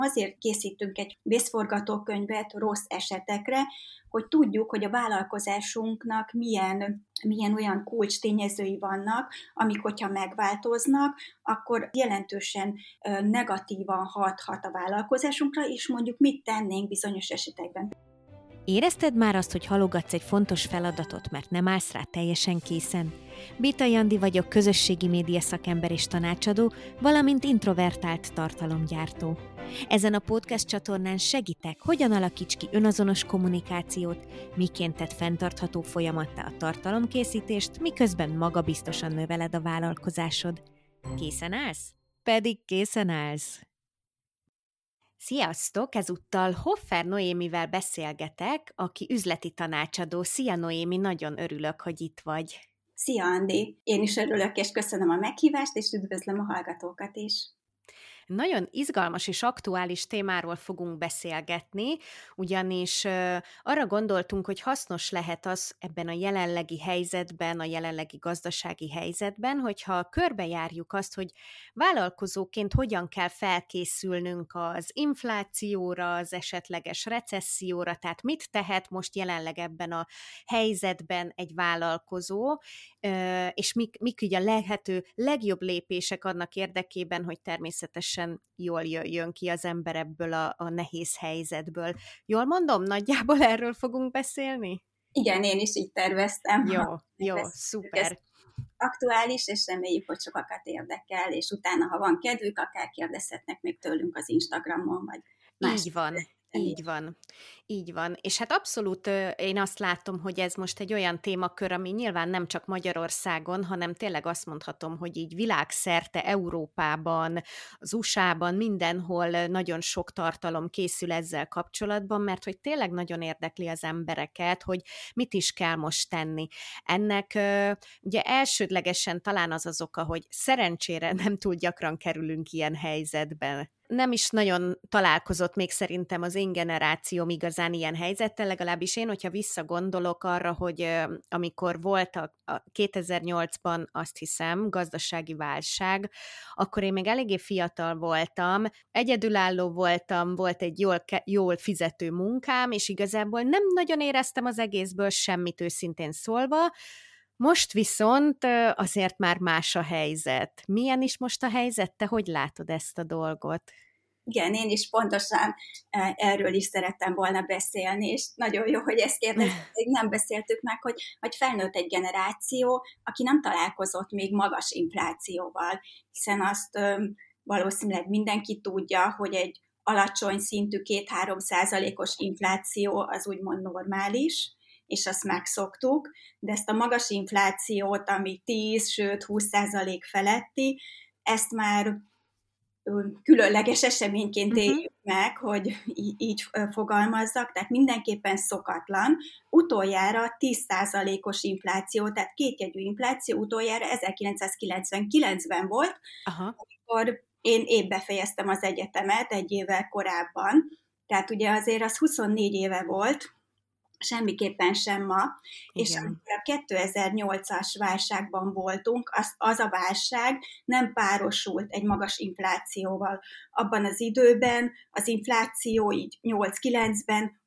Azért készítünk egy vészforgatókönyvet rossz esetekre, hogy tudjuk, hogy a vállalkozásunknak milyen olyan kulcstényezői vannak, amik, hogyha megváltoznak, akkor jelentősen negatívan hathat a vállalkozásunkra, és mondjuk mit tennénk bizonyos esetekben. Érezted már azt, hogy halogatsz egy fontos feladatot, mert nem állsz rá teljesen készen? Bitai Andi vagyok, közösségi média szakember és tanácsadó, valamint introvertált tartalomgyártó. Ezen a podcast csatornán segítek, hogyan alakíts ki önazonos kommunikációt, miként tedd fenntartható folyamattá a tartalomkészítést, miközben magabiztosan növeled a vállalkozásod. Készen állsz? Pedig készen állsz! Sziasztok! Ezúttal Hoffer Noémivel beszélgetek, aki üzleti tanácsadó. Szia Noémi, nagyon örülök, hogy itt vagy. Szia Andi! Én is örülök, és köszönöm a meghívást, és üdvözlöm a hallgatókat is. Nagyon izgalmas és aktuális témáról fogunk beszélgetni, ugyanis arra gondoltunk, hogy hasznos lehet az ebben a jelenlegi helyzetben, a jelenlegi gazdasági helyzetben, hogyha körbejárjuk azt, hogy vállalkozóként hogyan kell felkészülnünk az inflációra, az esetleges recesszióra, tehát mit tehet most jelenleg ebben a helyzetben egy vállalkozó, és mik ugye a lehető legjobb lépések annak érdekében, hogy természetesen jól jöjjön ki az ember ebből a nehéz helyzetből. Jól mondom, nagyjából erről fogunk beszélni? Igen, én is így terveztem. Jó, szuper. Ez aktuális, és reméljük, hogy sokakat érdekel, és utána, ha van kedvük, akár kérdezhetnek még tőlünk az Instagramon, vagy más. Így van. És hát abszolút én azt látom, hogy ez most egy olyan témakör, ami nyilván nem csak Magyarországon, hanem tényleg azt mondhatom, hogy így világszerte, Európában, az USA-ban, mindenhol nagyon sok tartalom készül ezzel kapcsolatban, mert hogy tényleg nagyon érdekli az embereket, hogy mit is kell most tenni. Ennek ugye elsődlegesen talán az oka, hogy szerencsére nem túl gyakran kerülünk ilyen helyzetben. Nem is nagyon találkozott még szerintem az én generációm igazán ilyen helyzettel, legalábbis én, hogyha visszagondolok arra, hogy amikor volt a 2008-ban, azt hiszem, gazdasági válság, akkor én még eléggé fiatal voltam, egyedülálló voltam, volt egy jól fizető munkám, és igazából nem nagyon éreztem az egészből semmit, őszintén szólva. Most viszont azért már más a helyzet. Milyen is most a helyzet? Te hogy látod ezt a dolgot? Igen, én is pontosan erről is szerettem volna beszélni, és nagyon jó, hogy ezt kérdezik, nem beszéltük meg, hogy felnőtt egy generáció, aki nem találkozott még magas inflációval, hiszen azt valószínűleg mindenki tudja, hogy egy alacsony szintű 2-3%-os infláció az úgymond normális, és azt megszoktuk, de ezt a magas inflációt, ami 10, sőt 20% feletti, ezt már különleges eseményként éljük meg, hogy így fogalmazzak, tehát mindenképpen szokatlan. Utoljára 10%-os infláció, tehát kétjegyű infláció utoljára 1999-ben volt, amikor én épp befejeztem az egyetemet egy évvel korábban, tehát ugye azért az 24 éve volt, semmiképpen sem ma, igen. És amikor a 2008-as válságban voltunk, az a válság nem párosult egy magas inflációval. Abban az időben az infláció így 8-9-ben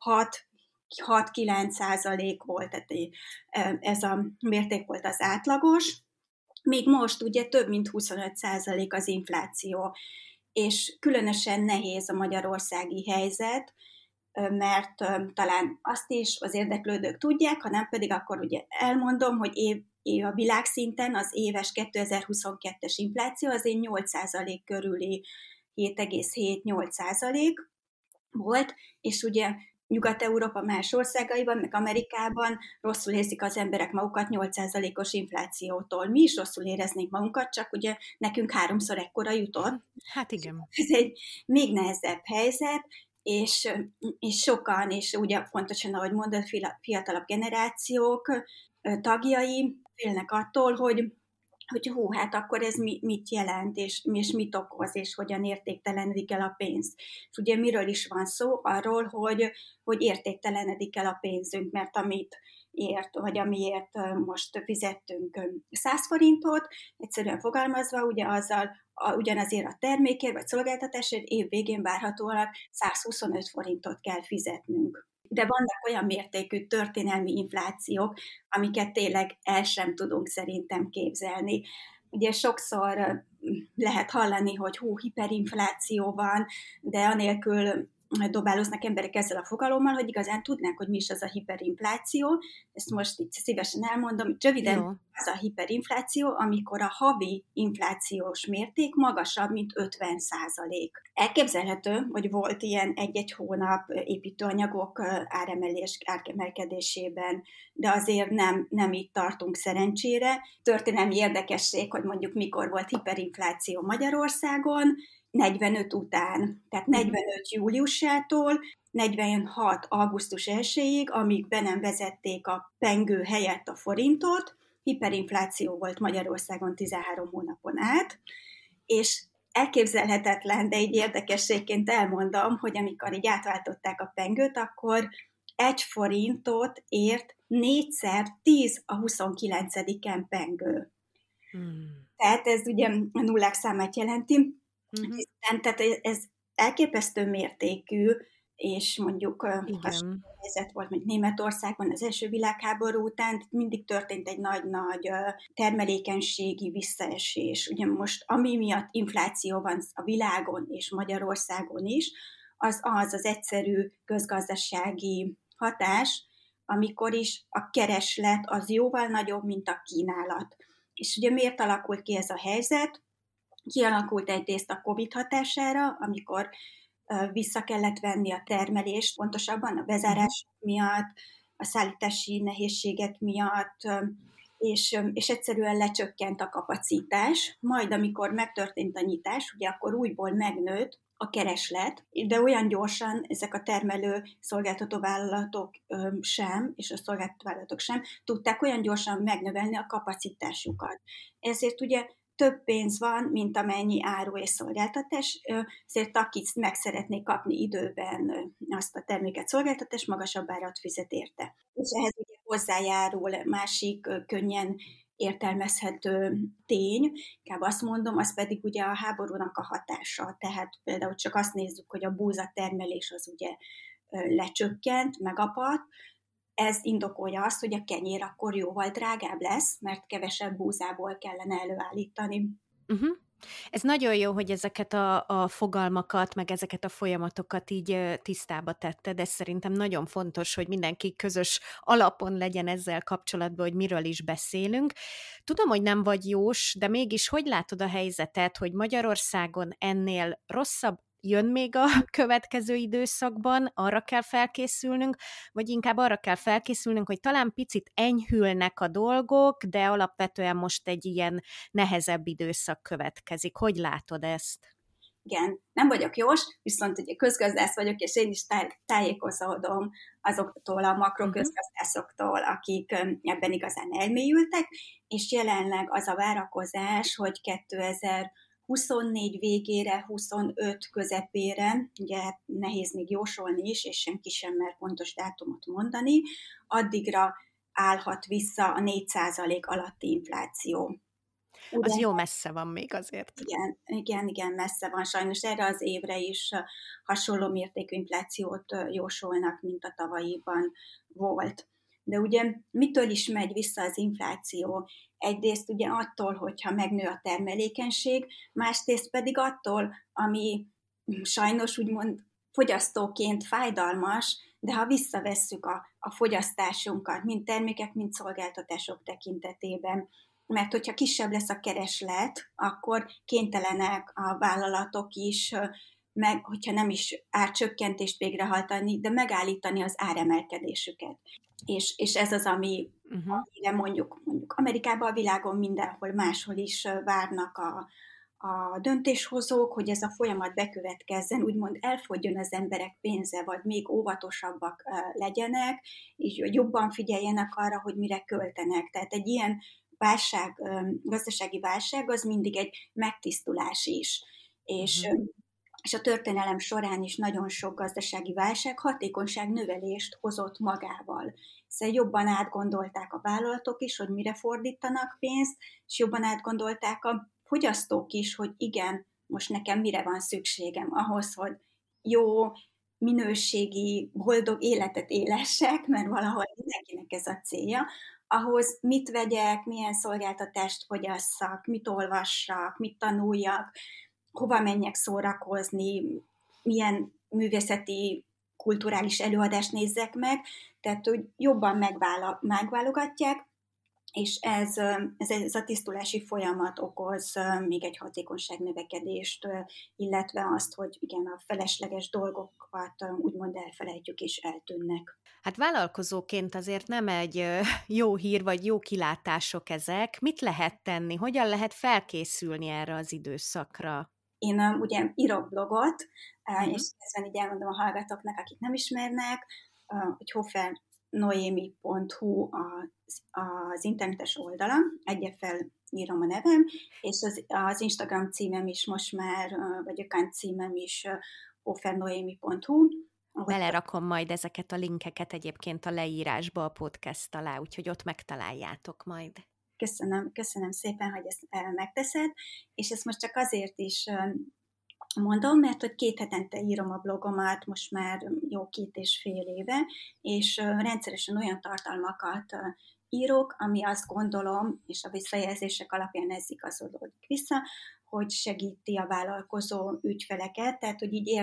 6-9% volt, tehát ez a mérték volt az átlagos, még most ugye több mint 25% az infláció, és különösen nehéz a magyarországi helyzet, mert talán azt is az érdeklődők tudják, ha nem pedig akkor ugye elmondom, hogy a világszinten az éves 2022-es infláció azért 8% körüli 7,7-8% volt, és ugye Nyugat-Európa más országaiban, meg Amerikában rosszul érzik az emberek magukat 8%-os inflációtól. Mi is rosszul éreznénk magunkat, csak ugye nekünk 3-szor ekkora jutott. Hát igen. Ez egy még nehezebb helyzet, és sokan, és ugye pontosan, ahogy mondod, fiatalabb generációk tagjai félnek attól, hogy hát akkor ez mit jelent, és mit okoz, és hogyan értéktelenedik el a pénz. És ugye miről is van szó? Arról, hogy értéktelenedik el a pénzünk, mert amit vagy amiért most fizettünk 100 forintot, egyszerűen fogalmazva, ugye ugyanazért a termékért vagy szolgáltatásért év végén várhatólag 125 forintot kell fizetnünk. De vannak olyan mértékű történelmi inflációk, amiket tényleg el sem tudunk szerintem képzelni. Ugye sokszor lehet hallani, hogy hiperinfláció van, de anélkül dobálóznak emberek ezzel a fogalommal, hogy igazán tudnánk, hogy mi is az a hiperinfláció. Ezt most így szívesen elmondom, hogy röviden Jó. az a hiperinfláció, amikor a havi inflációs mérték magasabb, mint 50%. Elképzelhető, hogy volt ilyen egy-egy hónap építőanyagok áremelkedésében, de azért nem így tartunk szerencsére. Történelmi érdekesség, hogy mondjuk mikor volt hiperinfláció Magyarországon, 45 után, tehát 45 júliusától 46. augusztus 1-ig, amíg be nem vezették a pengő helyett a forintot, hiperinfláció volt Magyarországon 13 hónapon át, és elképzelhetetlen, de így érdekességként elmondom, hogy amikor így átváltották a pengőt, akkor 1 forintot ért 4x10 a 29-en pengő. Tehát ez ugye a nullák számát jelenti. Tehát ez elképesztő mértékű, és mondjuk hasonló helyzet volt, mint Németországban az első világháború után, mindig történt egy nagy-nagy termelékenységi visszaesés. Ugye most ami miatt infláció van a világon és Magyarországon is, az egyszerű közgazdasági hatás, amikor is a kereslet az jóval nagyobb, mint a kínálat. És ugye miért alakult ki ez a helyzet? Kialakult egyrészt a Covid hatására, amikor vissza kellett venni a termelést, pontosabban a bezárás miatt, a szállítási nehézségek miatt, és egyszerűen lecsökkent a kapacitás. Majd, amikor megtörtént a nyitás, ugye akkor újból megnőtt a kereslet, de olyan gyorsan ezek a termelő szolgáltató vállalatok sem, és a szolgáltató vállalatok sem tudták olyan gyorsan megnövelni a kapacitásukat. Ezért ugye több pénz van, mint amennyi áru és szolgáltatás, ezért aki meg szeretné kapni időben azt a terméket, szolgáltatást, magasabb árat fizet érte. És ehhez ugye hozzájárul másik könnyen értelmezhető tény, inkább azt mondom, az pedig ugye a háborúnak a hatása. Tehát például csak azt nézzük, hogy a búzatermelés az ugye lecsökkent, megapadt. Ez indokolja azt, hogy a kenyér akkor jóval drágább lesz, mert kevesebb búzából kellene előállítani. Ez nagyon jó, hogy ezeket a fogalmakat, meg ezeket a folyamatokat így tisztába tetted, de szerintem nagyon fontos, hogy mindenki közös alapon legyen ezzel kapcsolatban, hogy miről is beszélünk. Tudom, hogy nem vagy jós, de mégis hogy látod a helyzetet, hogy Magyarországon ennél rosszabb jön még a következő időszakban, arra kell felkészülnünk, vagy inkább arra kell felkészülnünk, hogy talán picit enyhülnek a dolgok, de alapvetően most egy ilyen nehezebb időszak következik. Hogy látod ezt? Igen, nem vagyok jós, viszont ugye közgazdász vagyok, és én is tájékozódom azoktól a makroközgazdászoktól, akik ebben igazán elmélyültek, és jelenleg az a várakozás, hogy 2024 végére, 25 közepére, ugye hát nehéz még jósolni is, és senki sem mer pontos dátumot mondani, addigra állhat vissza a 4% alatti infláció. Az jó messze van még azért. Igen, messze van. Sajnos erre az évre is hasonló mértékű inflációt jósolnak, mint a tavalyiban volt. De ugye mitől is megy vissza az infláció? Egyrészt ugye attól, hogyha megnő a termelékenység, másrészt pedig attól, ami sajnos úgymond fogyasztóként fájdalmas, de ha visszavesszük a fogyasztásunkat, mind termékek, mind szolgáltatások tekintetében, mert hogyha kisebb lesz a kereslet, akkor kénytelenek a vállalatok is, hogyha nem is árcsökkentést végrehajtani, de megállítani az áremelkedésüket. És ez az, amire mondjuk Amerikában, a világon mindenhol máshol is várnak a döntéshozók, hogy ez a folyamat bekövetkezzen, úgymond elfogyjon az emberek pénze, vagy még óvatosabbak legyenek, és jobban figyeljenek arra, hogy mire költenek. Tehát egy ilyen gazdasági válság az mindig egy megtisztulás is. És és a történelem során is nagyon sok gazdasági válság hatékonyságnövelést hozott magával. Hiszen jobban átgondolták a vállalatok is, hogy mire fordítanak pénzt, és jobban átgondolták a fogyasztók is, hogy igen, most nekem mire van szükségem ahhoz, hogy jó, minőségi, boldog életet élessek, mert valahol mindenkinek ez a célja, ahhoz mit vegyek, milyen szolgáltatást fogyasszak, mit olvassak, mit tanuljak, hova menjek szórakozni, milyen művészeti, kulturális előadást nézzek meg, tehát hogy jobban megválogatják, és ez a tisztulási folyamat okoz még egy hatékonyságnövekedést, illetve azt, hogy igen, a felesleges dolgokat úgymond elfelejtjük és eltűnnek. Hát vállalkozóként azért nem egy jó hír, vagy jó kilátások ezek. Mit lehet tenni? Hogyan lehet felkészülni erre az időszakra? Én ugye írok blogot, és ezen így elmondom a hallgatóknak, akik nem ismernek, hogy hofernoemi.hu az internetes oldala, egyefel írom a nevem, és az Instagram címem is most már, vagy account címem is hofernoemi.hu. Belerakom majd ezeket a linkeket egyébként a leírásba a podcast alá, úgyhogy ott megtaláljátok majd. Köszönöm szépen, hogy ezt megteszed, és ezt most csak azért is mondom, mert hogy 2 hetente írom a blogomat, most már jó 2,5 éve, és rendszeresen olyan tartalmakat írok, ami azt gondolom, és a visszajelzések alapján ez igazolódik vissza, hogy segíti a vállalkozó ügyfeleket, tehát hogy így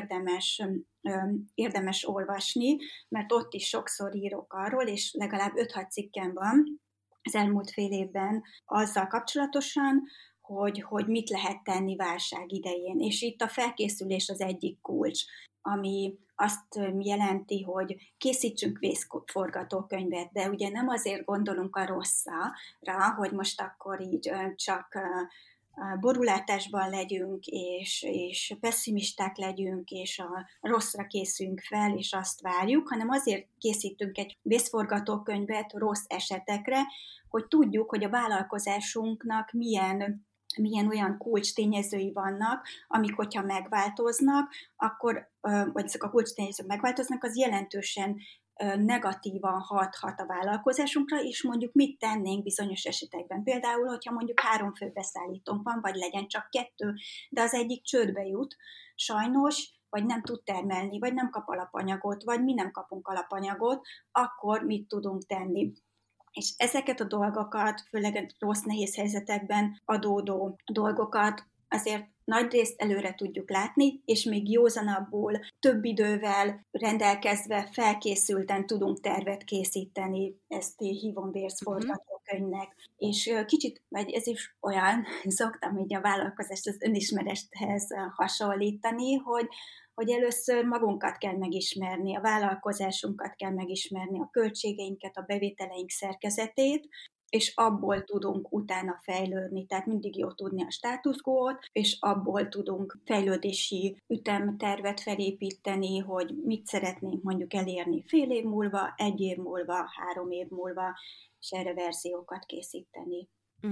érdemes olvasni, mert ott is sokszor írok arról, és legalább 5-6 cikkem van az elmúlt fél évben azzal kapcsolatosan, hogy mit lehet tenni válság idején. És itt a felkészülés az egyik kulcs, ami azt jelenti, hogy készítsünk vészforgatókönyvet, de ugye nem azért gondolunk a rosszra, hogy most akkor így csak borulátásban legyünk, és pessimisták legyünk, és a rosszra készülünk fel, és azt várjuk, hanem azért készítünk egy vészforgatókönyvet rossz esetekre, hogy tudjuk, hogy a vállalkozásunknak milyen olyan kulcstényezői vannak, amik, hogyha megváltoznak, akkor, vagy ezek a kulcstényezők megváltoznak, az jelentősen negatívan hathat a vállalkozásunkra, és mondjuk mit tennénk bizonyos esetekben. Például, hogyha mondjuk 3 főbeszállítónk van, vagy legyen csak 2, de az egyik csődbe jut, sajnos, vagy nem tud termelni, vagy nem kap alapanyagot, vagy mi nem kapunk alapanyagot, akkor mit tudunk tenni. És ezeket a dolgokat, főleg rossz, nehéz helyzetekben adódó dolgokat azért nagy részt előre tudjuk látni, és még józanabbul, több idővel rendelkezve, felkészülten tudunk tervet készíteni, ezt hívom vészforgatókönyvnek. És kicsit, vagy ez is olyan, szoktam így a vállalkozást az önismerethez hasonlítani, hogy először magunkat kell megismerni, a vállalkozásunkat kell megismerni, a költségeinket, a bevételeink szerkezetét, és abból tudunk utána fejlődni. Tehát mindig jó tudni a status quo-t, és abból tudunk fejlődési ütemtervet felépíteni, hogy mit szeretnénk mondjuk elérni fél év múlva, 1 év múlva, 3 év múlva, és erre verziókat készíteni.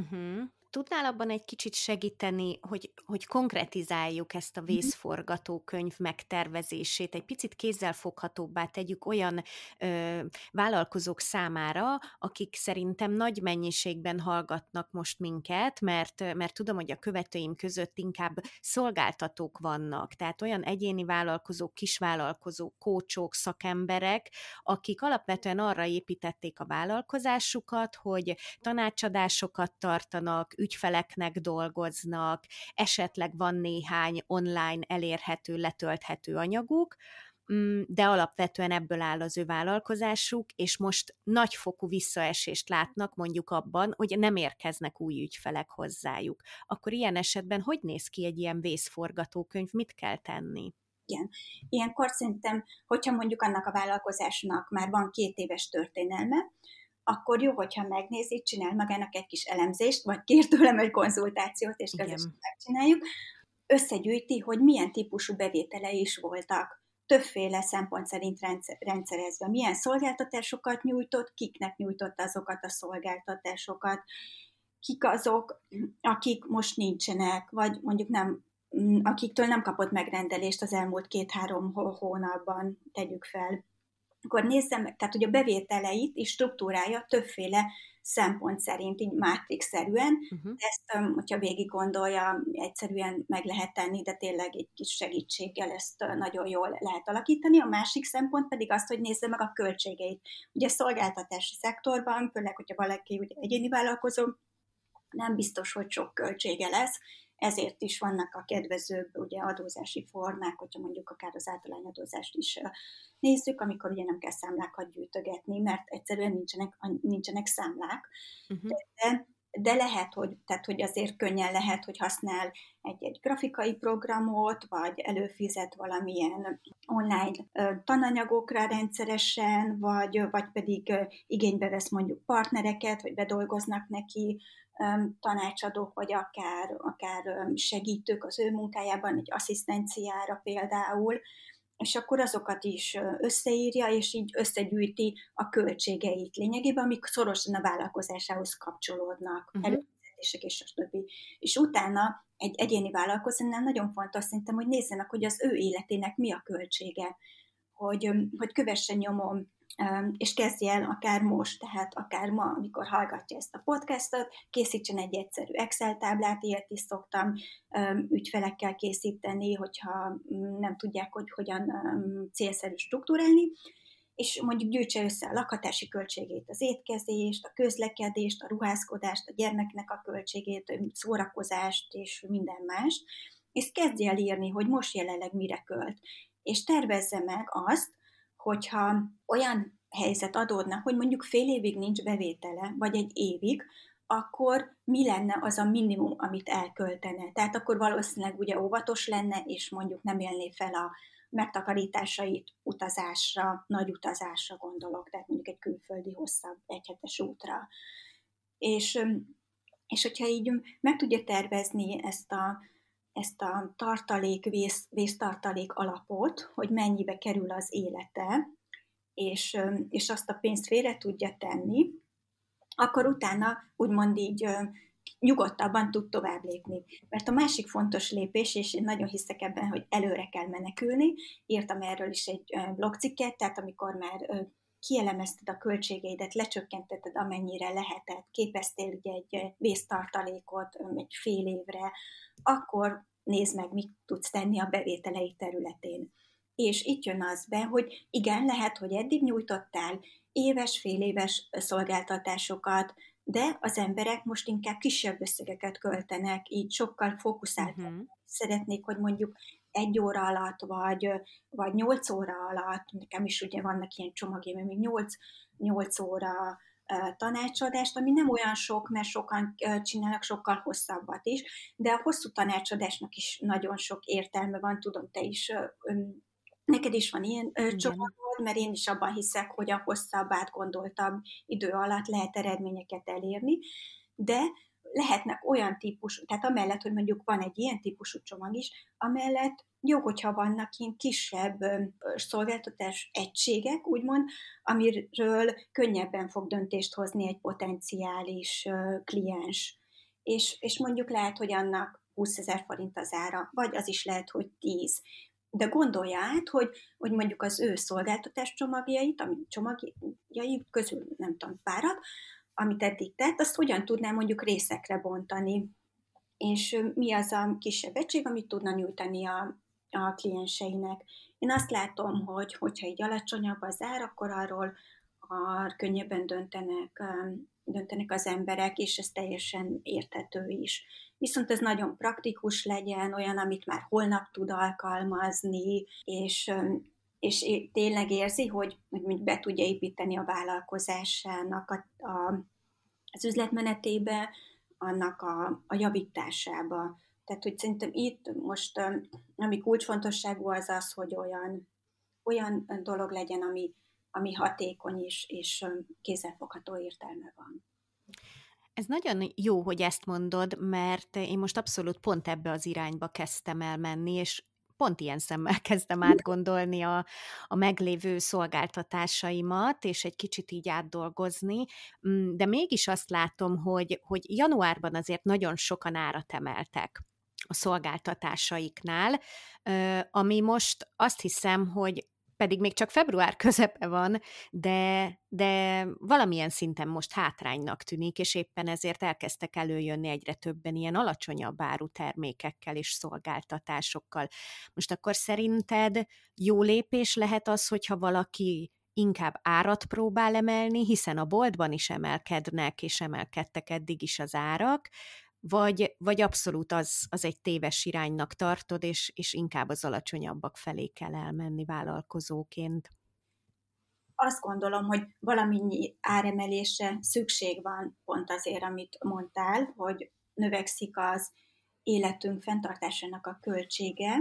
Tudnál abban egy kicsit segíteni, hogy konkretizáljuk ezt a vészforgatókönyv megtervezését, egy picit kézzelfoghatóbbá tegyük olyan vállalkozók számára, akik szerintem nagy mennyiségben hallgatnak most minket, mert tudom, hogy a követőim között inkább szolgáltatók vannak, tehát olyan egyéni vállalkozók, kisvállalkozók, kócsok, szakemberek, akik alapvetően arra építették a vállalkozásukat, hogy tanácsadásokat tartanak, ügyfeleknek dolgoznak, esetleg van néhány online elérhető, letölthető anyaguk, de alapvetően ebből áll az ő vállalkozásuk, és most nagyfokú visszaesést látnak mondjuk abban, hogy nem érkeznek új ügyfelek hozzájuk. Akkor ilyen esetben hogy néz ki egy ilyen vészforgatókönyv, mit kell tenni? Igen. Ilyenkor szerintem, hogyha mondjuk annak a vállalkozásnak már van 2 éves történelme, akkor jó, hogyha megnézi, csinál magának egy kis elemzést, vagy kér tőlem egy konzultációt, és közösen megcsináljuk, összegyűjti, hogy milyen típusú bevételei is voltak, többféle szempont szerint rendszerezve, milyen szolgáltatásokat nyújtott, kiknek nyújtott azokat a szolgáltatásokat, kik azok, akik most nincsenek, vagy mondjuk nem akiktől nem kapott megrendelést az elmúlt 2-3 hónapban, tegyük fel, akkor nézzem meg, tehát hogy a bevételeit és struktúrája többféle szempont szerint, így mátrixszerűen, ezt, hogyha végig gondolja, egyszerűen meg lehet tenni, de tényleg egy kis segítséggel ezt nagyon jól lehet alakítani. A másik szempont pedig azt, hogy nézze meg a költségeit. Ugye a szolgáltatási szektorban, főleg, hogyha valaki ugye egyéni vállalkozó, nem biztos, hogy sok költsége lesz, ezért is vannak a kedvezőbb ugye, adózási formák, hogyha mondjuk akár az általányadózást is nézzük, amikor ugye nem kell számlákat gyűjtögetni, mert egyszerűen nincsenek számlák. De lehet, hogy azért könnyen lehet, hogy használ egy grafikai programot, vagy előfizet valamilyen online tananyagokra rendszeresen, vagy pedig igénybe vesz mondjuk partnereket, vagy bedolgoznak neki tanácsadók, vagy akár segítők az ő munkájában, egy asszisztenciára például, és akkor azokat is összeírja, és így összegyűjti a költségeit lényegében, amik szorosan a vállalkozásához kapcsolódnak, előfizetések és a többi. És utána egy egyéni vállalkozónál nagyon fontos szerintem, hogy nézzenek, hogy az ő életének mi a költsége, hogy kövessen nyomon, és kezdje el akár most, tehát akár ma, amikor hallgatja ezt a podcastot, készítsen egy egyszerű Excel táblát, ilyet is szoktam ügyfelekkel készíteni, hogyha nem tudják, hogy hogyan célszerű struktúrálni, és mondjuk gyűjtse össze a lakhatási költségét, az étkezést, a közlekedést, a ruházkodást, a gyermeknek a költségét, szórakozást és minden mást, és kezdje el írni, hogy most jelenleg mire költ. És tervezze meg azt, hogyha olyan helyzet adódna, hogy mondjuk fél évig nincs bevétele, vagy egy évig, akkor mi lenne az a minimum, amit elköltene. Tehát akkor valószínűleg ugye óvatos lenne, és mondjuk nem élné fel a megtakarításait utazásra, nagy utazásra gondolok, tehát mondjuk egy külföldi hosszabb egyhetes útra. És hogyha így meg tudja tervezni ezt a vésztartalék alapot, hogy mennyibe kerül az élete, és azt a pénzt félre tudja tenni, akkor utána úgymond így nyugodtabban tud tovább lépni. Mert a másik fontos lépés, és én nagyon hiszek ebben, hogy előre kell menekülni, írtam erről is egy blogcikket, tehát amikor már kielemezted a költségeidet, lecsökkentetted amennyire lehetett, képeztél ugye egy vésztartalékot egy fél évre, akkor nézd meg, mit tudsz tenni a bevételei területén. És itt jön az be, hogy igen, lehet, hogy eddig nyújtottál éves, féléves szolgáltatásokat, de az emberek most inkább kisebb összegeket költenek, így sokkal fókuszáltabb. Szeretnék, hogy mondjuk 1 óra alatt, vagy 8 óra alatt, nekem is ugye vannak ilyen csomagjaim, még 8 óra tanácsadást, ami nem olyan sok, mert sokan csinálnak sokkal hosszabbat is, de a hosszú tanácsadásnak is nagyon sok értelme van, tudom, te is, neked is van ilyen csomagod, mert én is abban hiszek, hogy a hosszabb, átgondoltabb idő alatt lehet eredményeket elérni, de lehetnek olyan típusú, tehát amellett, hogy mondjuk van egy ilyen típusú csomag is, amellett jó, hogyha vannak ilyen kisebb szolgáltatás egységek, úgymond, amiről könnyebben fog döntést hozni egy potenciális kliens. És mondjuk lehet, hogy annak 20 000 forint az ára, vagy az is lehet, hogy 10. De gondolja át, hogy mondjuk az ő szolgáltatás csomagjai közül nem tudom, párat, amit eddig tett, azt hogyan tudná mondjuk részekre bontani, és mi az a kisebb egység, amit tudna nyújtani a klienseinek. Én azt látom, hogyha így alacsonyabb az ár, akkor arról könnyebben döntenek az emberek, és ez teljesen érthető is. Viszont ez nagyon praktikus legyen, olyan, amit már holnap tud alkalmazni, és tényleg érzi, hogy be tudja építeni a vállalkozásának az üzletmenetébe, annak a javításába. Tehát, hogy szerintem itt most, ami kulcsfontosságú az, hogy olyan dolog legyen, ami hatékony és kézzelfogható értelme van. Ez nagyon jó, hogy ezt mondod, mert én most abszolút pont ebbe az irányba kezdtem el menni, és pont ilyen szemmel kezdem átgondolni a meglévő szolgáltatásaimat, és egy kicsit így átdolgozni, de mégis azt látom, hogy januárban azért nagyon sokan árat emeltek. a szolgáltatásaiknál, ami most azt hiszem, hogy pedig még csak február közepe van, de valamilyen szinten most hátránynak tűnik, és éppen ezért elkezdtek előjönni egyre többen ilyen alacsonyabb áru termékekkel és szolgáltatásokkal. Most akkor szerinted jó lépés lehet az, hogyha valaki inkább árat próbál emelni, hiszen a boltban is emelkednek, és emelkedtek eddig is az árak, vagy abszolút az egy téves iránynak tartod, és inkább az alacsonyabbak felé kell elmenni vállalkozóként? Azt gondolom, hogy valamennyi áremelésre szükség van, pont azért, amit mondtál, hogy növekszik az életünk fenntartásának a költsége,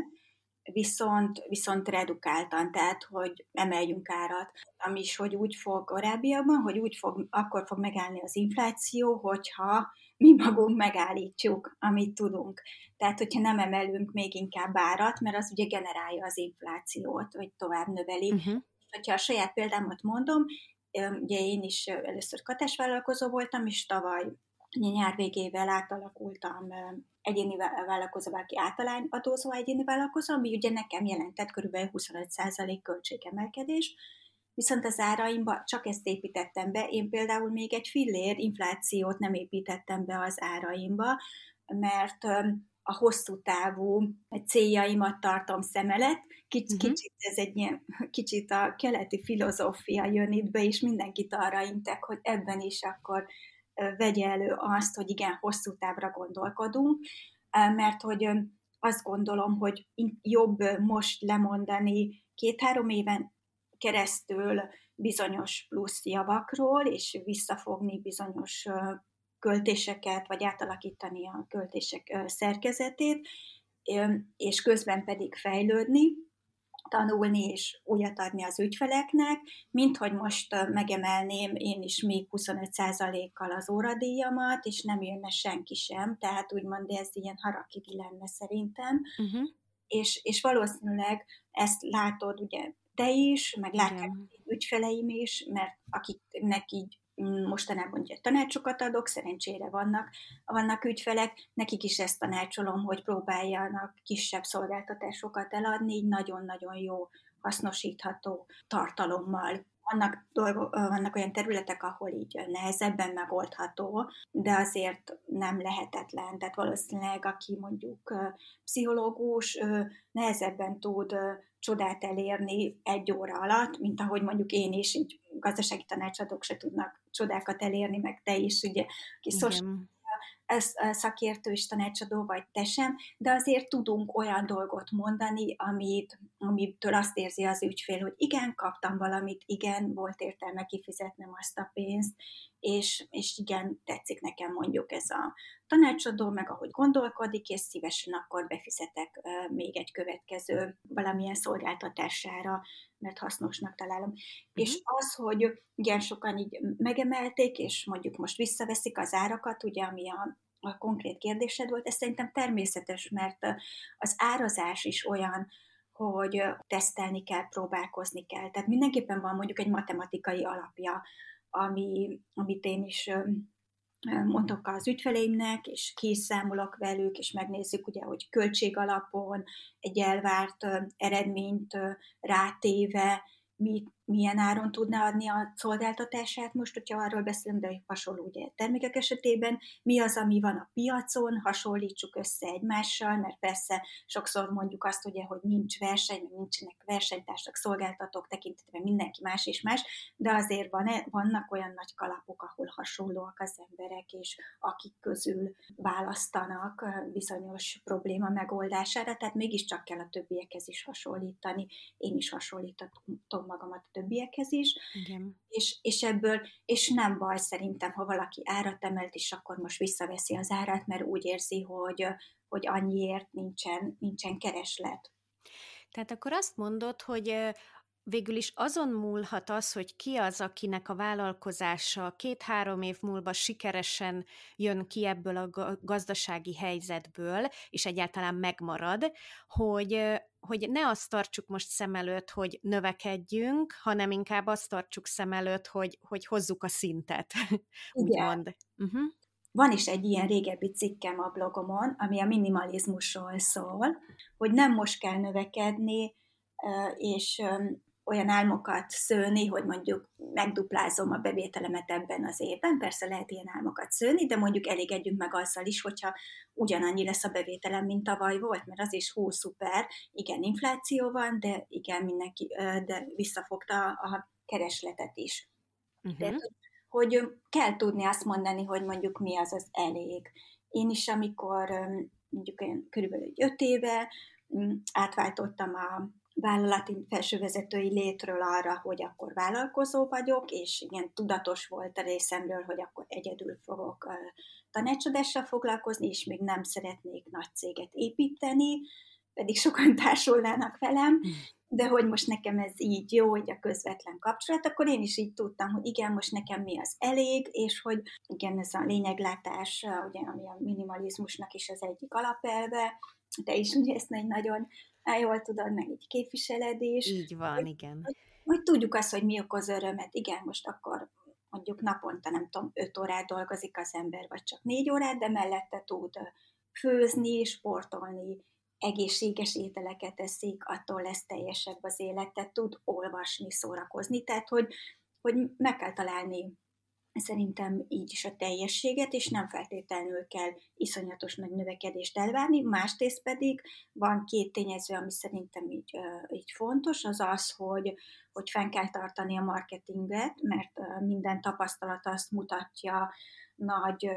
viszont redukáltan, tehát hogy emeljünk árat, ami is, hogy úgy fog korábbiakban, hogy akkor fog megállni az infláció, hogyha mi magunk megállítjuk, amit tudunk. Tehát, hogyha nem emelünk még inkább árat, mert az ugye generálja az inflációt, vagy tovább növeli. Hogyha a saját példámat mondom, ugye én is először katásvállalkozó voltam, és tavaly nyár végével átalakultam egyéni vállalkozóvá, aki általányadózó egyéni vállalkozó, ami ugye nekem jelentett kb. 25% költségemelkedés, viszont az áraimba csak ezt építettem be. Én például még egy fillér inflációt nem építettem be az áraimba, mert a hosszú távú céljaimat tartom szem előtt. Kicsit ez egy ilyen, kicsit a keleti filozófia jön itt be, és mindenkit arra intek, hogy ebben is akkor vegye elő azt, hogy igen, hosszú távra gondolkodunk, mert hogy azt gondolom, hogy jobb most lemondani 2-3 éven keresztül bizonyos plusz javakról, és visszafogni bizonyos költéseket, vagy átalakítani a költések szerkezetét, és közben pedig fejlődni, tanulni és újat adni az ügyfeleknek, mint hogy most megemelném én is még 25%-kal az óradíjamat, és nem jönne senki sem, tehát úgymond ez ilyen harakiri lenne szerintem, és valószínűleg ezt látod ugye te is, meg látják ügyfeleim is, mert akiknek így mostanában ugye tanácsokat adok, szerencsére vannak ügyfelek, nekik is ezt tanácsolom, hogy próbáljanak kisebb szolgáltatásokat eladni, így nagyon-nagyon jó, hasznosítható tartalommal. Vannak olyan területek, ahol így nehezebben megoldható, de azért nem lehetetlen. Tehát valószínűleg, aki mondjuk pszichológus, nehezebben tud csodát elérni 1 óra alatt, mint ahogy mondjuk én is, így gazdasági tanácsadók se tudnak csodákat elérni, meg te is, ugye, aki szakértő és tanácsadó, vagy te sem, de azért tudunk olyan dolgot mondani, amitől azt érzi az ügyfél, hogy igen, kaptam valamit, igen, volt értelme kifizetnem azt a pénzt, és igen, tetszik nekem mondjuk ez a tanácsadó, meg ahogy gondolkodik, és szívesen akkor befizetek még egy következő valamilyen szolgáltatására, mert hasznosnak találom. És az, hogy igen, sokan így megemelték, és mondjuk most visszaveszik az árakat, ugye, ami a konkrét kérdésed volt, ez szerintem természetes, mert az árazás is olyan, hogy tesztelni kell, próbálkozni kell. Tehát mindenképpen van mondjuk egy matematikai alapja, amit én is mondok az ügyfeleimnek, és ki is számolok velük, és megnézzük, ugye, hogy költségalapon egy elvárt eredményt rátéve milyen áron tudna adni a szolgáltatását most, hogyha arról beszélünk, de hasonló ugye termékek esetében, mi az, ami van a piacon, hasonlítsuk össze egymással, mert persze sokszor mondjuk azt, ugye, hogy nincs verseny, nincsenek versenytársak, szolgáltatók tekintetében mindenki más és más, de azért vannak olyan nagy kalapok, ahol hasonlóak az emberek, és akik közül választanak bizonyos probléma megoldására, tehát mégiscsak kell a többiekhez is hasonlítani. Én is hasonlítatom magamat a többiekhez is, és ebből, és nem baj szerintem, ha valaki árat emelt, és akkor most visszaveszi az árat, mert úgy érzi, hogy annyiért nincsen kereslet. Tehát akkor azt mondod, hogy végül is azon múlhat az, hogy ki az, akinek a vállalkozása 2-3 év múlva sikeresen jön ki ebből a gazdasági helyzetből, és egyáltalán megmarad, hogy ne azt tartsuk most szem előtt, hogy növekedjünk, hanem inkább azt tartsuk szem előtt, hogy hozzuk a szintet, úgymond. van is egy ilyen régebbi cikkem a blogomon, ami a minimalizmusról szól, hogy nem most kell növekedni, és olyan álmokat szőni, hogy mondjuk megduplázom a bevételemet ebben az évben, persze lehet ilyen álmokat szőni, de mondjuk elégedjünk meg azzal is, hogyha ugyanannyi lesz a bevételem, mint tavaly volt, mert az is szuper, igen, infláció van, de igen, mindenki, de visszafogta a keresletet is. Tehát, hogy kell tudni azt mondani, hogy mondjuk mi az az elég. Én is, amikor mondjuk én körülbelül 5 éve átváltottam a vállalati felsővezetői létről arra, hogy akkor vállalkozó vagyok, és igen, tudatos volt a részemről, hogy akkor egyedül fogok tanácsadással foglalkozni, és még nem szeretnék nagy céget építeni, pedig sokan társulnának velem, de hogy most nekem ez így jó, hogy a közvetlen kapcsolat, akkor én is így tudtam, hogy igen, most nekem mi az elég, és hogy igen, ez a lényeglátás, ugye, ami a minimalizmusnak is az egyik alapelve, te is ugye ezt nagyon jól tudod, meg így képviseled is. Így van, igen. Hogy tudjuk azt, hogy mi okoz örömet. Igen, most akkor mondjuk naponta, nem tudom, 5 órát dolgozik az ember, vagy csak 4 órát, de mellette tud főzni, sportolni, egészséges ételeket eszik, attól lesz teljesebb az élete, tud olvasni, szórakozni, tehát hogy meg kell találni szerintem így is a teljességet, és nem feltétlenül kell iszonyatos nagy növekedést elvárni. Másrészt pedig van 2 tényező, ami szerintem így fontos, az az, hogy fenn kell tartani a marketinget, mert minden tapasztalat azt mutatja, nagy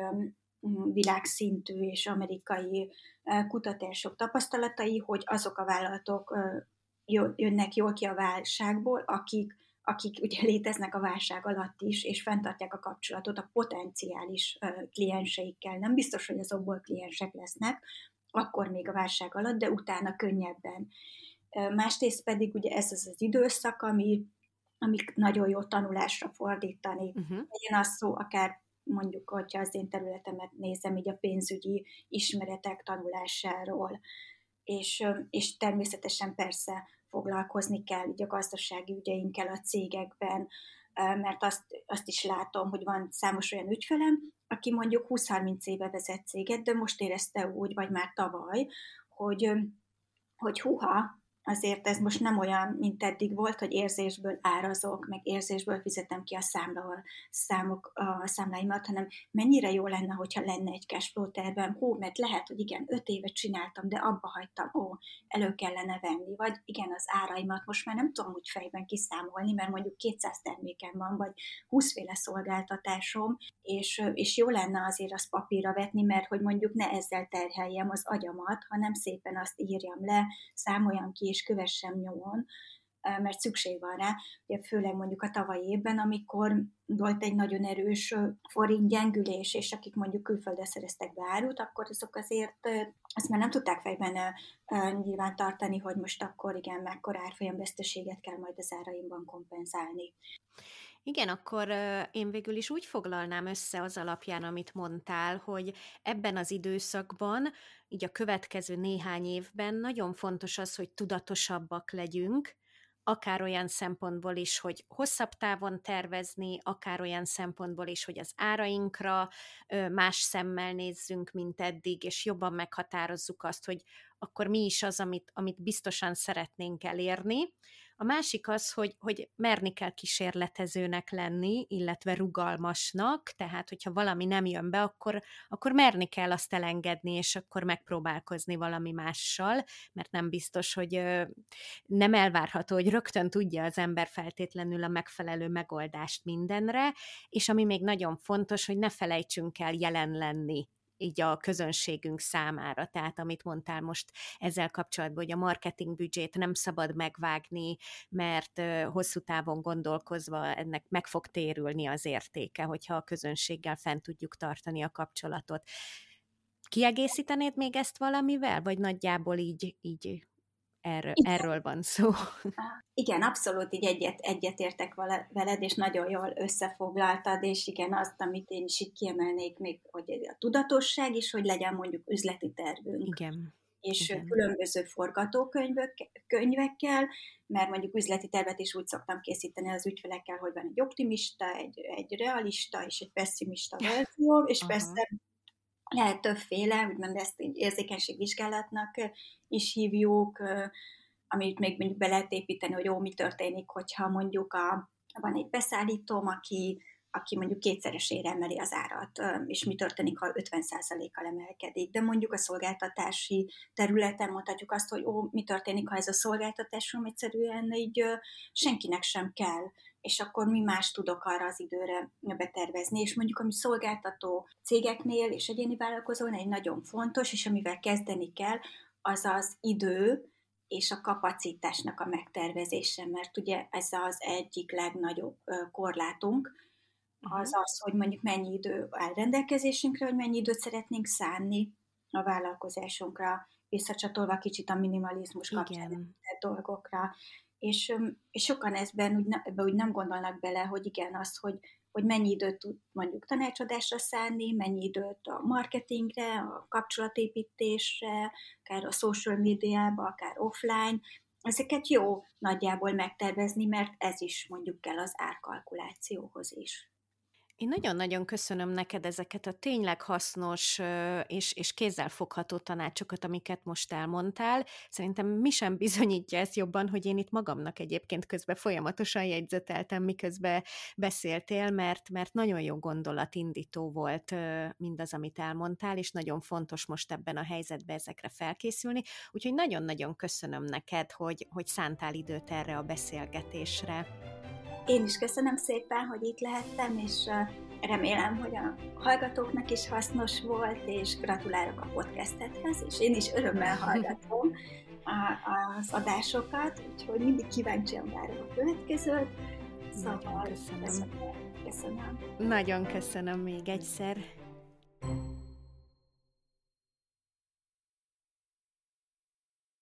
világszintű és amerikai kutatások tapasztalatai, hogy azok a vállalatok jönnek jól ki a válságból, akik ugye léteznek a válság alatt is, és fenntartják a kapcsolatot a potenciális klienseikkel. Nem biztos, hogy azokból kliensek lesznek, akkor még a válság alatt, de utána könnyebben. Másrészt pedig ugye ez az időszak, amik nagyon jó tanulásra fordítani. Legyen az szó, akár mondjuk, hogyha az én területemet nézem, így a pénzügyi ismeretek tanulásáról, és természetesen persze foglalkozni kell így a gazdasági ügyeinkkel a cégekben, mert azt is látom, hogy van számos olyan ügyfelem, aki mondjuk 20-30 éve vezet céget, de most érezte úgy, vagy már tavaly, hogy húha, azért ez most nem olyan, mint eddig volt, hogy érzésből árazok, meg érzésből fizetem ki a számláimat, hanem mennyire jó lenne, hogyha lenne egy cashflow tervem, mert lehet, hogy igen, 5 évet csináltam, de abba hagytam, elő kellene venni, vagy igen, az áraimat most már nem tudom úgy fejben kiszámolni, mert mondjuk 200 termékem van, vagy 20 féle szolgáltatásom, és jó lenne azért azt papírra vetni, mert hogy mondjuk ne ezzel terheljem az agyamat, hanem szépen azt írjam le, számoljam ki, és kövessem nyomon, mert szükség van rá, ugye főleg mondjuk a tavalyi évben, amikor volt egy nagyon erős forint gyengülés, és akik mondjuk külföldre szereztek be árut, akkor azok azért azt már nem tudták fejben nyilván tartani, hogy most akkor igen, mekkora árfolyamveszteséget kell majd az áraimban kompenzálni. Igen, akkor én végül is úgy foglalnám össze az alapján, amit mondtál, hogy ebben az időszakban, így a következő néhány évben nagyon fontos az, hogy tudatosabbak legyünk, akár olyan szempontból is, hogy hosszabb távon tervezni, akár olyan szempontból is, hogy az árainkra más szemmel nézzünk, mint eddig, és jobban meghatározzuk azt, hogy akkor mi is az, amit biztosan szeretnénk elérni. A másik az, hogy merni kell kísérletezőnek lenni, illetve rugalmasnak, tehát hogyha valami nem jön be, akkor merni kell azt elengedni, és akkor megpróbálkozni valami mással, mert nem biztos, hogy nem elvárható, hogy rögtön tudja az ember feltétlenül a megfelelő megoldást mindenre, és ami még nagyon fontos, hogy ne felejtsünk el jelen lenni így a közönségünk számára. Tehát amit mondtál most ezzel kapcsolatban, hogy a marketing büdzsét nem szabad megvágni, mert hosszú távon gondolkozva ennek meg fog térülni az értéke, hogyha a közönséggel fent tudjuk tartani a kapcsolatot. Kiegészítenéd még ezt valamivel? Vagy nagyjából így erről van szó? Igen, abszolút így egyetértek veled, és nagyon jól összefoglaltad, és igen, azt, amit én is így kiemelnék még, hogy a tudatosság is, hogy legyen mondjuk üzleti tervünk. Igen. És igen. Különböző forgatókönyvekkel, mert mondjuk üzleti tervet is úgy szoktam készíteni az ügyfelekkel, hogy van egy optimista, egy realista és egy pessimista verzió, és persze Lehet többféle, úgymond ezt így érzékenységvizsgálatnak is hívjuk, amit még mondjuk be lehet építeni, hogy mi történik, hogyha mondjuk van egy beszállítóm, aki mondjuk kétszeresére emeli az árat, és mi történik, ha 50%-kal emelkedik. De mondjuk a szolgáltatási területen mondhatjuk azt, hogy mi történik, ha ez a szolgáltatásom egyszerűen így senkinek sem kell, és akkor mi más tudok arra az időre betervezni. És mondjuk ami szolgáltató cégeknél és egyéni vállalkozónál egy nagyon fontos, és amivel kezdeni kell, az az idő, és a kapacitásnak a megtervezése, mert ugye ez az egyik legnagyobb korlátunk, az az, hogy mondjuk mennyi idő áll rendelkezésünkre, hogy mennyi időt szeretnénk szánni a vállalkozásunkra, visszacsatolva kicsit a minimalizmus kapcsán dolgokra. És sokan ebben úgy nem gondolnak bele, hogy igen, az, hogy mennyi időt tud mondjuk tanácsadásra szánni, mennyi időt a marketingre, a kapcsolatépítésre, akár a social médiába, akár offline, ezeket jó nagyjából megtervezni, mert ez is mondjuk kell az árkalkulációhoz is. Én nagyon-nagyon köszönöm neked ezeket a tényleg hasznos és kézzelfogható tanácsokat, amiket most elmondtál. Szerintem mi sem bizonyítja ezt jobban, hogy én itt magamnak egyébként közben folyamatosan jegyzeteltem, miközben beszéltél, mert nagyon jó gondolatindító volt mindaz, amit elmondtál, és nagyon fontos most ebben a helyzetben ezekre felkészülni. Úgyhogy nagyon-nagyon köszönöm neked, hogy szántál időt erre a beszélgetésre. Én is köszönöm szépen, hogy itt lehettem, és remélem, hogy a hallgatóknak is hasznos volt, és gratulálok a podcastethez, és én is örömmel hallgatom az adásokat, úgyhogy mindig kíváncsian várom a következőt. Szóval köszönöm. Nagyon köszönöm még egyszer.